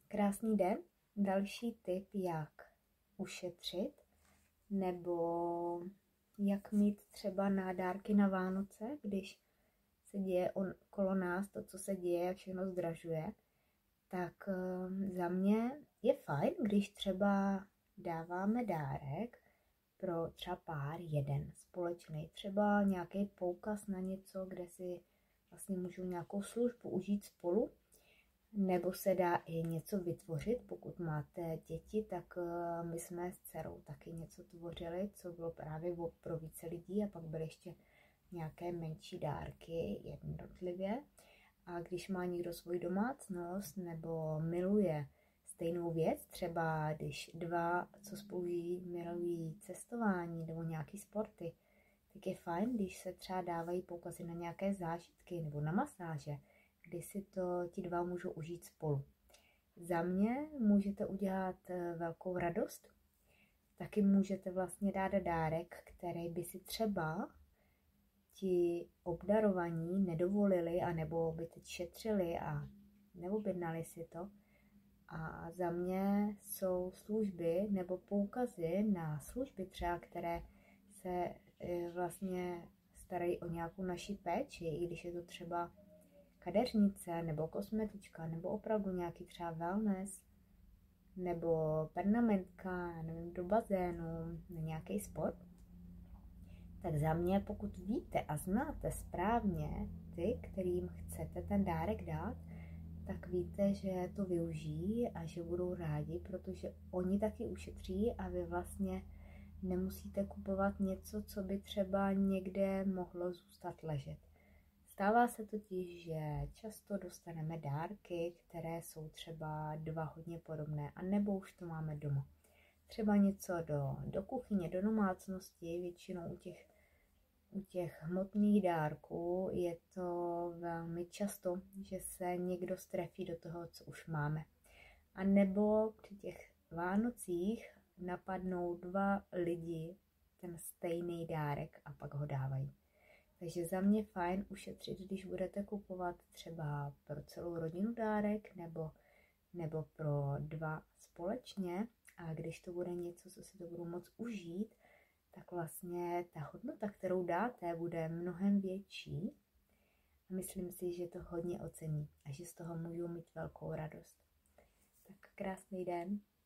Krásný den. Další tip, jak ušetřit nebo jak mít třeba na dárky na Vánoce, když se děje okolo nás to, co se děje, všechno zdražuje, tak za mě je fajn, když třeba dáváme dárek pro třeba pár jeden společný, třeba nějaký poukaz na něco, kde si vlastně můžou nějakou službu užít spolu, nebo se dá i něco vytvořit. Pokud máte děti, tak my jsme s dcerou taky něco tvořili, co bylo právě pro více lidí, a pak byly ještě nějaké menší dárky jednotlivě. A když má někdo svoji domácnost nebo miluje stejnou věc, třeba když dva, co spolu žijí, milují cestování nebo nějaký sporty, tak je fajn, když se třeba dávají poukazy na nějaké zážitky nebo na masáže, kdy si to ti dva můžou užít spolu. Za mě můžete udělat velkou radost. Taky můžete vlastně dát dárek, který by si třeba ti obdarovaní nedovolili, anebo by teď šetřili a neobjednali si to. A za mě jsou služby nebo poukazy na služby třeba, které se vlastně starají o nějakou naši péči, i když je to třeba kadeřnice nebo kosmetička, nebo opravdu nějaký třeba wellness, nebo permanentka, nevím, do bazénu, na nějaký sport. Tak za mě, pokud víte a znáte správně ty, kterým chcete ten dárek dát, tak víte, že to využijí a že budou rádi, protože oni taky ušetří a vy vlastně nemusíte kupovat něco, co by třeba někde mohlo zůstat ležet. Stává se totiž, že často dostaneme dárky, které jsou třeba dva hodně podobné, a nebo už to máme doma. Třeba něco do kuchyně, do domácnosti, většinou u těch hmotných dárků je to velmi často, že se někdo strefí do toho, co už máme. A nebo při těch Vánocích napadnou dva lidi ten stejný dárek a pak ho dávají. Takže za mě fajn ušetřit, když budete kupovat třeba pro celou rodinu dárek nebo pro dva společně, a když to bude něco, co si to budou moct užít, tak vlastně ta hodnota, kterou dáte, bude mnohem větší a myslím si, že to hodně ocení a že z toho můžou mít velkou radost. Tak krásný den.